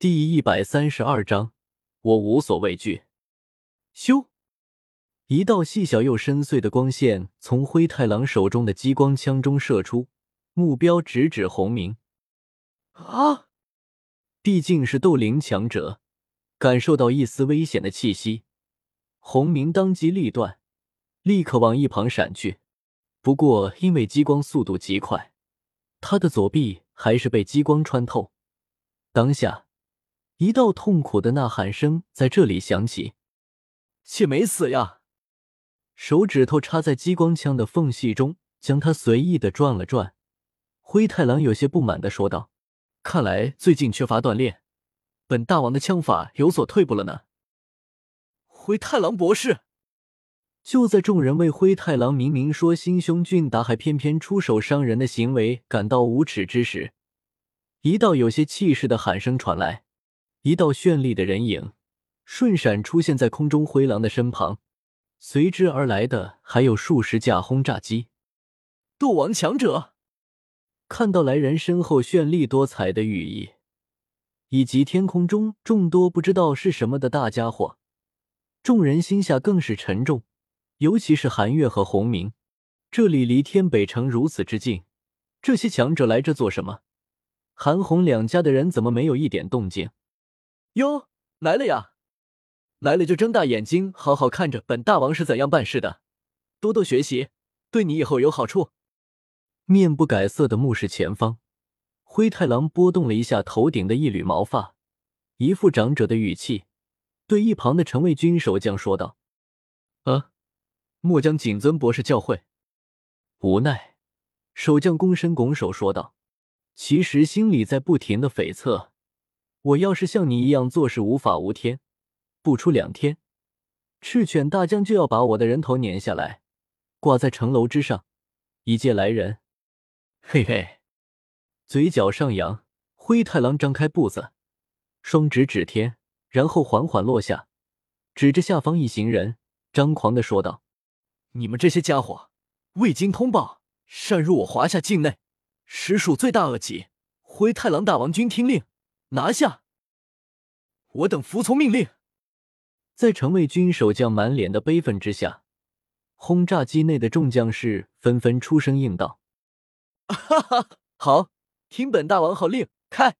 第132章，我无所畏惧。咻！一道细小又深邃的光线从灰太狼手中的激光枪中射出，目标直指红明。 啊！ 毕竟是斗灵强者，感受到一丝危险的气息，红明当机立断，立刻往一旁闪去。不过因为激光速度极快，他的左臂还是被激光穿透。当下一道痛苦的呐喊声在这里响起：“ 且没死呀！” 手指头插在激光枪的缝隙中，将它随意地转了转。灰太狼有些不满地说道：“ 看来最近缺乏锻炼，本大王的枪法有所退步了呢。”灰太狼博士。 就在众人为灰太狼明明说心胸俊达，还偏偏出手伤人的行为感到无耻之时，一道有些气势的喊声传来，一道绚丽的人影瞬闪出现在空中灰狼的身旁，随之而来的还有数十架轰炸机。 斗王强者。 看到来人身后绚丽多彩的羽翼，以及天空中众多不知道是什么的大家伙，众人心下更是沉重，尤其是韩月和洪明。这里离天北城如此之近，这些强者来这做什么？韩红两家的人怎么没有一点动静？ 哟，来了呀！来了就睁大眼睛好好看着本大王是怎样办事的，多多学习，对你以后有好处。 面不改色的目视前方，灰太狼拨动了一下头顶的一缕毛发，一副长者的语气对一旁的城卫军守将说道：“ 莫将谨遵博士教诲。” 无奈，守将躬身拱手说道：“其实心里在不停的悱恻，我要是像你一样做事无法无天，不出2天，赤犬大将就要把我的人头捻下来，挂在城楼之上，以借来人。” 嘿嘿， 嘴角上扬，灰太狼张开步子，双指指天，然后缓缓落下，指着下方一行人，张狂地说道：“ 你们这些家伙，未经通报，擅入我华夏境内，实属罪大恶极。灰太狼大王君听令，拿下！我等服从命令。” 在城卫军守将满脸的悲愤之下，轰炸机内的众将士纷纷出声应道：“ 哈哈，好，听本大王号令，开！”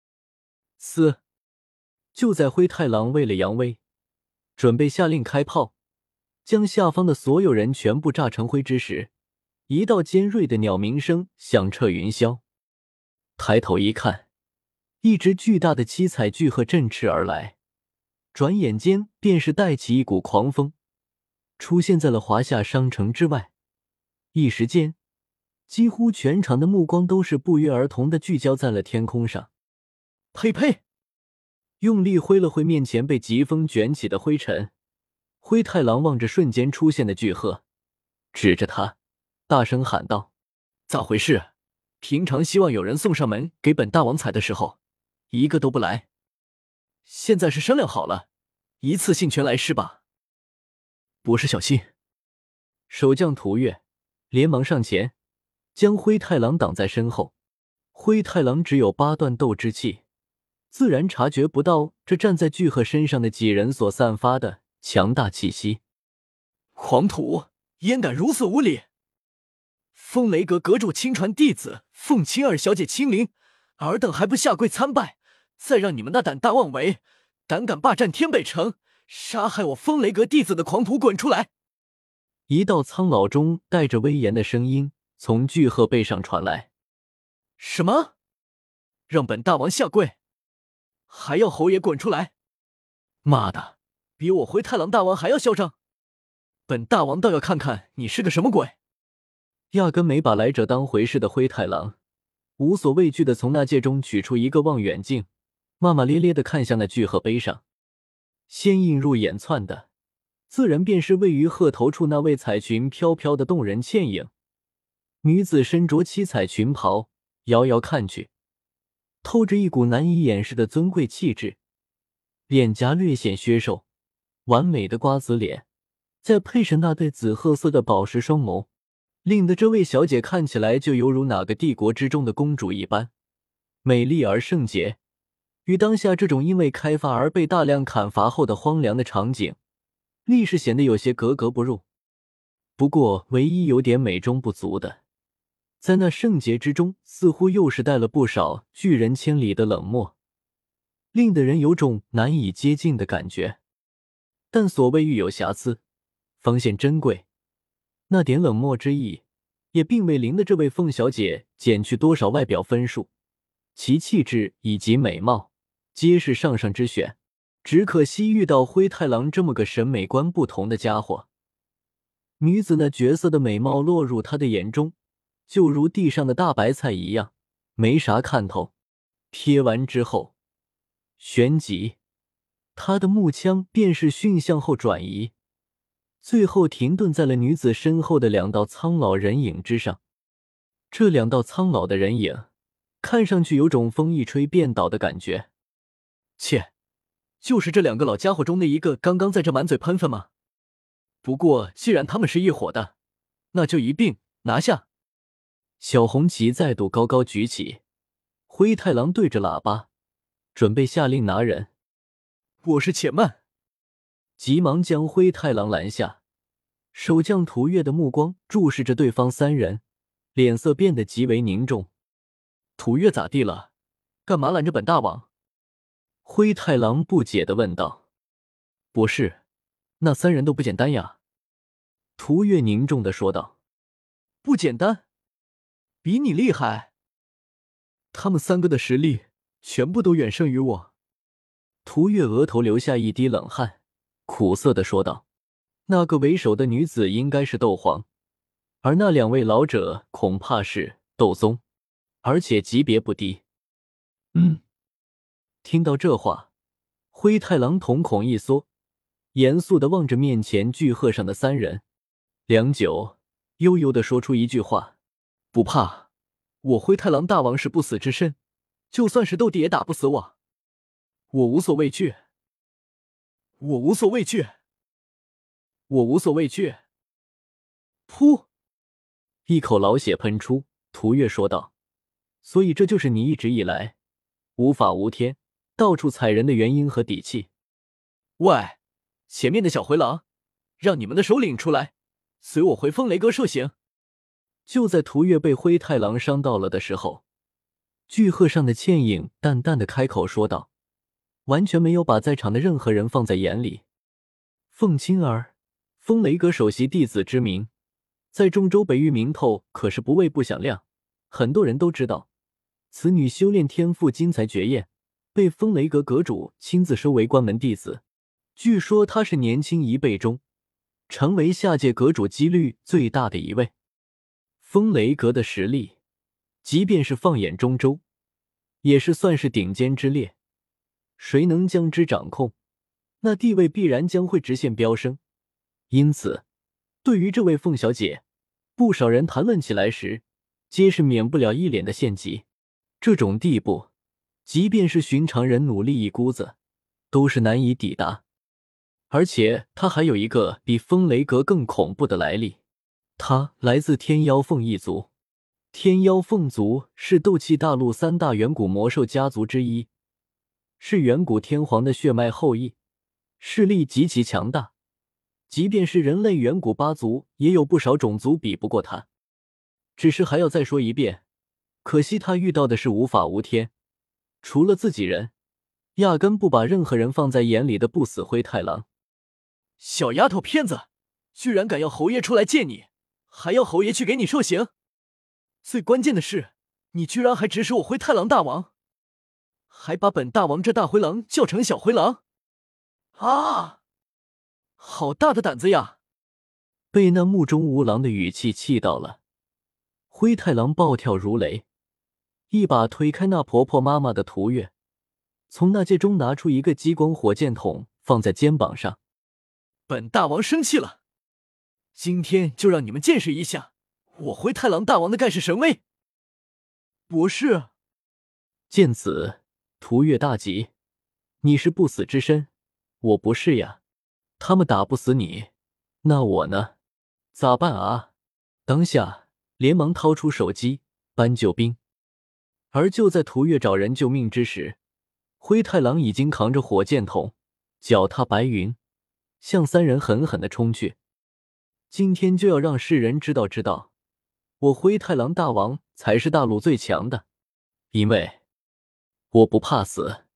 就在灰太狼为了扬威，准备下令开炮，将下方的所有人全部炸成灰之时，一道尖锐的鸟鸣声响彻云霄。抬头一看，一只巨大的七彩巨鹤振翅而来，转眼间便是带起一股狂风，出现在了华夏商城之外。一时间，几乎全场的目光都是不约而同地聚焦在了天空上。 呸呸！ 用力挥了挥面前被疾风卷起的灰尘，灰太狼望着瞬间出现的巨鹤，指着他大声喊道：“ 咋回事？平常希望有人送上门给本大王踩的时候，一个都不来。现在是商量好了，一次性全来是吧？”不是小心。 守将涂月连忙上前，将灰太狼挡在身后。灰太狼只有8段斗之气，自然察觉不到这站在巨鹤身上的几人所散发的强大气息。 狂徒，焉敢如此无礼！风雷阁阁主亲传弟子凤青儿小姐亲临，尔等还不下跪参拜，再让你们那胆大妄为、胆敢霸占天北城、杀害我风雷阁弟子的狂徒滚出来！ 一道苍老中带着威严的声音从巨鹤背上传来。 什么？让本大王下跪？还要侯爷滚出来？妈的，比我灰太狼大王还要嚣张！本大王倒要看看你是个什么鬼！ 压根没把来者当回事的灰太狼无所畏惧地从那戒中取出一个望远镜，骂骂咧咧地看向那巨鹤碑上。先映入眼窜的自然便是位于鹤头处那位彩裙飘飘的动人倩影。女子身着七彩裙袍，遥遥看去，透着一股难以掩饰的尊贵气质，脸颊略显削瘦，完美的瓜子脸，再配上那对紫褐色的宝石双眸，令得这位小姐看起来就犹如哪个帝国之中的公主一般，美丽而圣洁， 与当下这种因为开发而被大量砍伐后的荒凉的场景，立时显得有些格格不入。不过唯一有点美中不足的，在那圣洁之中似乎又是带了不少拒人千里的冷漠，令得人有种难以接近的感觉。但所谓玉有瑕疵，方显珍贵，那点冷漠之意也并未令得这位凤小姐减去多少外表分数，其气质以及美貌皆是上上之选。只可惜遇到灰太狼这么个审美观不同的家伙，女子那绝色的美貌落入他的眼中，就如地上的大白菜一样，没啥看头。瞥完之后，旋即他的目枪便是迅向后转移，最后停顿在了女子身后的两道苍老人影之上。这两道苍老的人影看上去有种风一吹便倒的感觉。 切，就是这两个老家伙中的一个刚刚在这满嘴喷粪吗？不过既然他们是一伙的，那就一并拿下。 小红旗再度高高举起，灰太狼对着喇叭准备下令拿人。 我是且慢， 急忙将灰太狼拦下。守将涂月的目光注视着对方三人，脸色变得极为凝重。 涂月咋地了？干嘛拦着本大王？ 灰太狼不解地问道。 博士，那三人都不简单呀。 涂月凝重地说道。 不简单？比你厉害？他们三个的实力全部都远胜于我。 涂月额头流下一滴冷汗，苦涩地说道。那个为首的女子应该是斗皇，而那两位老者恐怕是斗宗，而且级别不低。听到这话，灰太狼瞳孔一缩，严肃地望着面前巨鹤上的三人，良久，悠悠地说出一句话： 不怕，我灰太狼大王是不死之身，就算是斗帝也打不死我。我无所畏惧，我无所畏惧，我无所畏惧。 噗！一口老血喷出，涂月说道：所以这就是你一直以来无法无天，到处踩人的原因和底气。 喂，前面的小回廊，让你们的首领出来，随我回风雷阁受刑。 就在涂月被灰太狼伤到了的时候，巨鹤上的倩影淡淡的开口说道，完全没有把在场的任何人放在眼里。凤青儿，风雷阁首席弟子之名，在中州北域名头可是不为不响亮，很多人都知道，此女修炼天赋精彩绝艳，被风雷阁阁主亲自收为关门弟子。据说她是年轻一辈中成为下届阁主几率最大的一位。风雷阁的实力，即便是放眼中州，也是算是顶尖之列。谁能将之掌控，那地位必然将会直线飙升。因此，对于这位凤小姐，不少人谈论起来时，皆是免不了一脸的羡忌。这种地步，即便是寻常人努力一估子，都是难以抵达。而且她还有一个比风雷阁更恐怖的来历，她来自天妖凤一族。天妖凤族是斗气大陆三大远古魔兽家族之一，是远古天皇的血脉后裔，势力极其强大。即便是人类远古八族，也有不少种族比不过他。只是还要再说一遍，可惜他遇到的是无法无天，除了自己人，压根不把任何人放在眼里的不死灰太狼。 小丫头片子，居然敢要侯爷出来见你，还要侯爷去给你受刑。最关键的是，你居然还指使我灰太狼大王，还把本大王这大灰狼叫成小灰狼。啊！好大的胆子呀！ 被那目中无狼的语气气到了，灰太狼暴跳如雷，一把推开那婆婆妈妈的涂月，从那戒中拿出一个激光火箭筒放在肩膀上。 本大王生气了，今天就让你们见识一下我灰太狼大王的盖世神威。博士， 见此，涂月大急，你是不死之身，我不是呀。他们打不死你，那我呢？咋办啊？当下连忙掏出手机搬救兵。而就在涂月找人救命之时， 灰太狼已经扛着火箭筒，脚踏白云，向三人狠狠地冲去。今天就要让世人知道，我灰太狼大王才是大陆最强的，因为我不怕死。